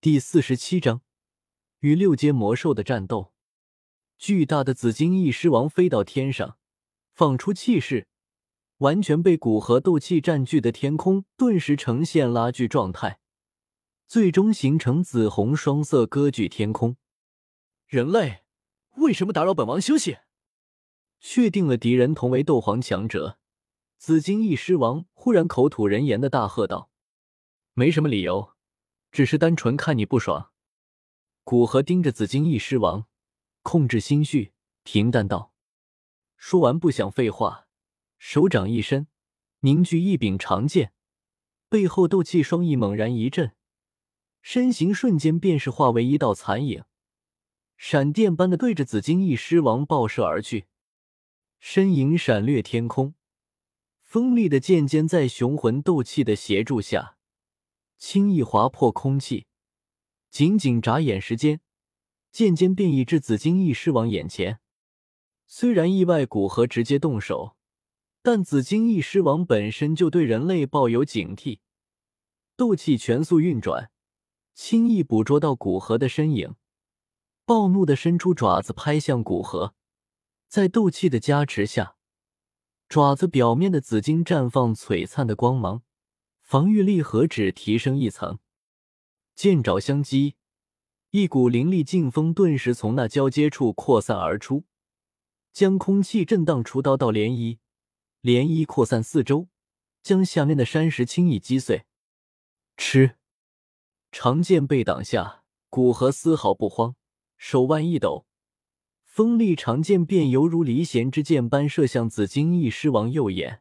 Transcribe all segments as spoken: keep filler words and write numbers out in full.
第四十七章与六阶魔兽的战斗。巨大的紫金翼狮王飞到天上，放出气势，完全被古河斗气占据的天空顿时呈现拉锯状态，最终形成紫红双色割据天空。 人类，为什么打扰本王休息？ 确定了敌人同为斗皇强者，紫金翼狮王忽然口吐人言的大喝道：“没什么理由，只是单纯看你不爽。”古河盯着紫金翼狮王，控制心绪，平淡道。说完不想废话，手掌一伸，凝聚一柄长剑，背后斗气双翼猛然一震，身形瞬间便是化为一道残影，闪电般的对着紫金翼狮王爆射而去。身影闪掠天空，锋利的剑尖在雄浑斗气的协助下轻易划破空气，仅仅眨眼时间，剑尖便已至紫金翼狮王眼前。虽然意外古河直接动手，但紫金翼狮王本身就对人类抱有警惕，斗气全速运转，轻易捕捉到古河的身影，暴怒地伸出爪子拍向古河。在斗气的加持下，爪子表面的紫金绽放璀璨的光芒，防御力何止提升一层。剑爪相击，一股凌厉劲风顿时从那交接处扩散而出，将空气震荡出道道涟漪，涟漪扩散四周，将下面的山石轻易击碎。吃！长剑被挡下，古河丝毫不慌，手腕一抖，锋利长剑便犹如离弦之箭般射向紫金翼狮王右眼。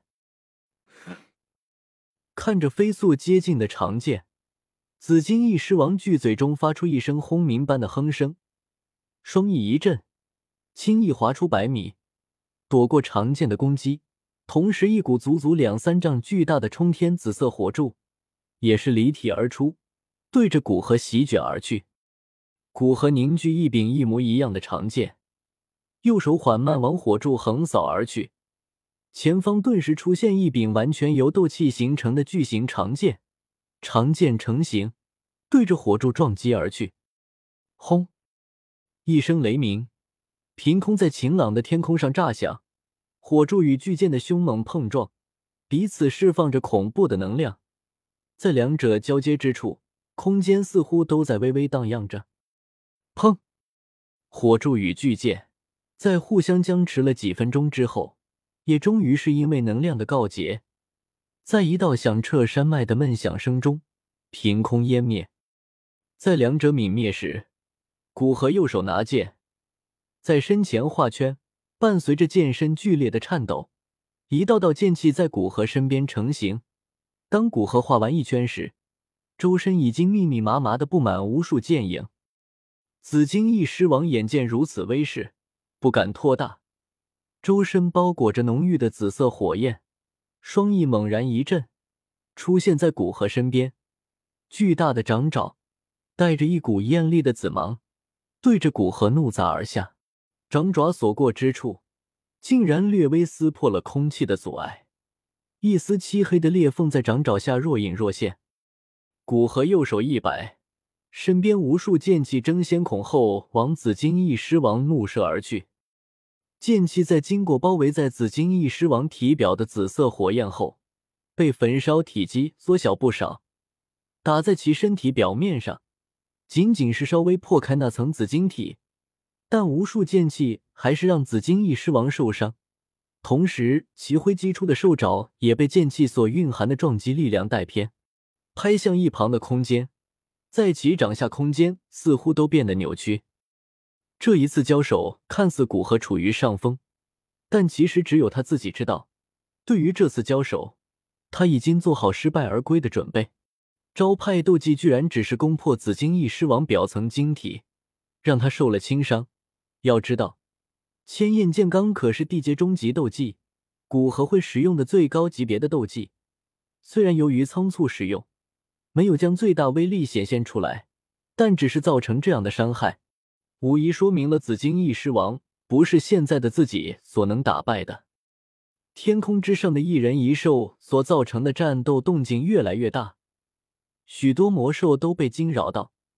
看着飞速接近的长剑，紫金翼狮王巨嘴中发出一声轰鸣般的哼声，双翼一震，轻易划出百米，躲过长剑的攻击。同时一股足足两三丈巨大的冲天紫色火柱也是离体而出，对着古河席卷而去。古河凝聚一柄一模一样的长剑，右手缓慢往火柱横扫而去，前方顿时出现一柄完全由斗气形成的巨型长剑，长剑成型，对着火柱撞击而去。轰！一声雷鸣，凭空在晴朗的天空上炸响，火柱与巨剑的凶猛碰撞，彼此释放着恐怖的能量，在两者交接之处，空间似乎都在微微荡漾着。砰！火柱与巨剑在互相僵持了几分钟之后，也终于是因为能量的告竭，在一道响彻山脉的闷响声中凭空湮灭。在两者泯灭时，古河右手拿剑，在身前画圈，伴随着剑身剧烈的颤抖，一道道剑气在古河身边成型。当古河画完一圈时，周身已经密密麻麻的布满无数剑影。紫金翼狮王眼见如此威势，不敢托大，周身包裹着浓郁的紫色火焰，双翼猛然一震，出现在古河身边。巨大的掌爪带着一股艳丽的紫芒，对着古河怒砸而下。掌爪所过之处，竟然略微撕破了空气的阻碍，一丝漆黑的裂缝在掌爪下若隐若现。古河右手一摆，身边无数剑气争先恐后往紫金翼狮王怒射而去。剑气在经过包围在紫金翼狮王体表的紫色火焰后，被焚烧体积缩小不少，打在其身体表面上，仅仅是稍微破开那层紫晶体，但无数剑气还是让紫金翼狮王受伤。同时其挥击出的兽爪也被剑气所蕴含的撞击力量带偏，拍向一旁的空间，在其掌下空间似乎都变得扭曲。这一次交手看似古河处于上风，但其实只有他自己知道，对于这次交手他已经做好失败而归的准备。招派斗技居然只是攻破紫金翼狮王表层晶体，让他受了轻伤。要知道千焰剑罡可是地阶中级斗技，古河会使用的最高级别的斗技，虽然由于仓促使用没有将最大威力显现出来，但只是造成这样的伤害，无疑说明了紫金翼狮王不是现在的自己所能打败的。天空之上的一人一兽所造成的战斗动静越来越大，许多魔兽都被惊扰到，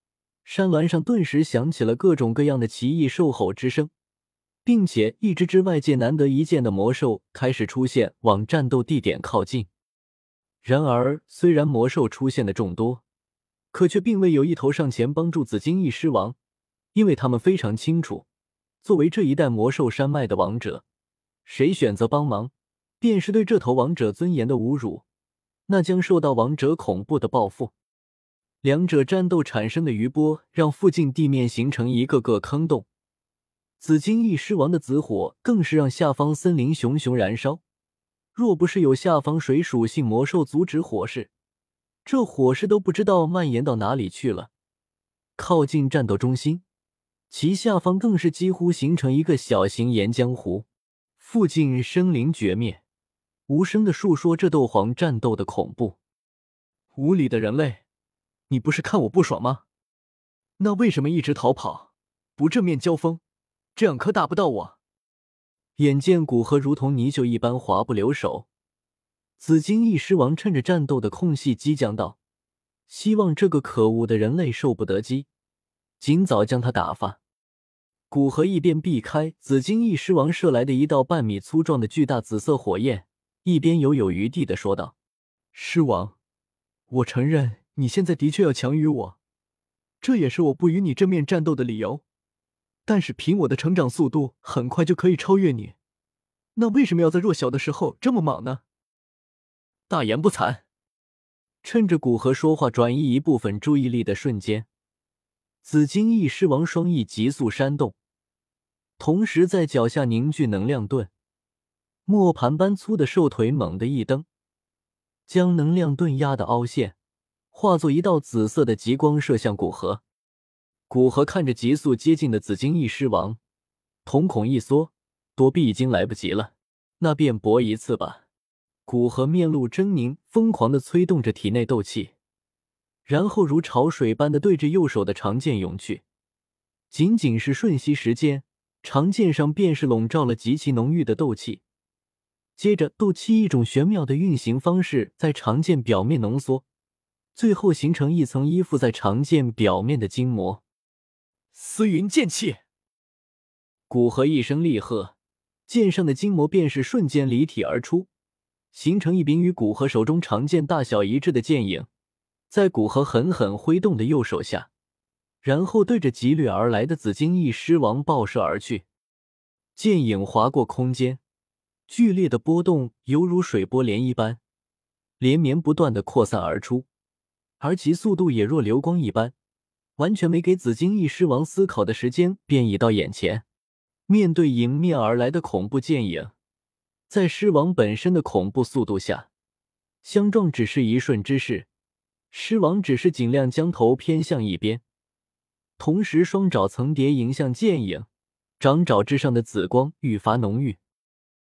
山峦上顿时响起了各种各样的奇异兽吼之声，并且一只只外界难得一见的魔兽开始出现，往战斗地点靠近。然而，虽然魔兽出现的众多，可却并未有一头上前帮助紫金翼狮王，因为他们非常清楚，作为这一代魔兽山脉的王者，谁选择帮忙，便是对这头王者尊严的侮辱，那将受到王者恐怖的报复。两者战斗产生的余波让附近地面形成一个个坑洞，紫金翼狮王的紫火更是让下方森林熊熊燃烧，若不是有下方水属性魔兽阻止火势，这火势都不知道蔓延到哪里去了。靠近战斗中心，其下方更是几乎形成一个小型岩浆湖，附近生灵绝灭，无声地述说这斗皇战斗的恐怖。 无理的人类，你不是看我不爽吗？那为什么一直逃跑，不正面交锋，这样可打不到我？ 眼见古河如同泥鳅一般滑不留手，紫金翼狮王趁着战斗的空隙激将道，希望这个可恶的人类受不得击，尽早将他打发。古河一边避开紫金翼狮王射来的一道半米粗壮的巨大紫色火焰，一边犹有余地地说道： 狮王，我承认你现在的确要强于我，这也是我不与你正面战斗的理由，但是凭我的成长速度很快就可以超越你，那为什么要在弱小的时候这么莽呢？大言不惭。 趁着古河说话转移一部分注意力的瞬间，紫金翼狮王双翼急速扇动，同时在脚下凝聚能量盾，磨盘般粗的兽腿猛地一蹬，将能量盾压得凹陷，化作一道紫色的极光射向古河。古河看着急速接近的紫金翼狮王，瞳孔一缩，躲避已经来不及了，那便搏一次吧。古河面露狰狞，疯狂地催动着体内斗气，然后如潮水般的对着右手的长剑涌去。仅仅是瞬息时间，长剑上便是笼罩了极其浓郁的斗气。接着，斗气一种玄妙的运行方式在长剑表面浓缩，最后形成一层依附在长剑表面的筋膜。 司云剑气！ 古河一声厉喝，剑上的筋膜便是瞬间离体而出，形成一柄与古河手中长剑大小一致的剑影，在古河狠狠挥动的右手下，然后对着急掠而来的紫金翼狮王爆射而去。剑影划过空间，剧烈的波动犹如水波涟漪般连绵不断的扩散而出，而其速度也若流光一般，完全没给紫金翼狮王思考的时间，便已到眼前。面对迎面而来的恐怖剑影，在狮王本身的恐怖速度下，相撞只是一瞬之事。狮王只是尽量将头偏向一边，同时双爪层叠迎向剑影，掌爪之上的紫光愈发浓郁。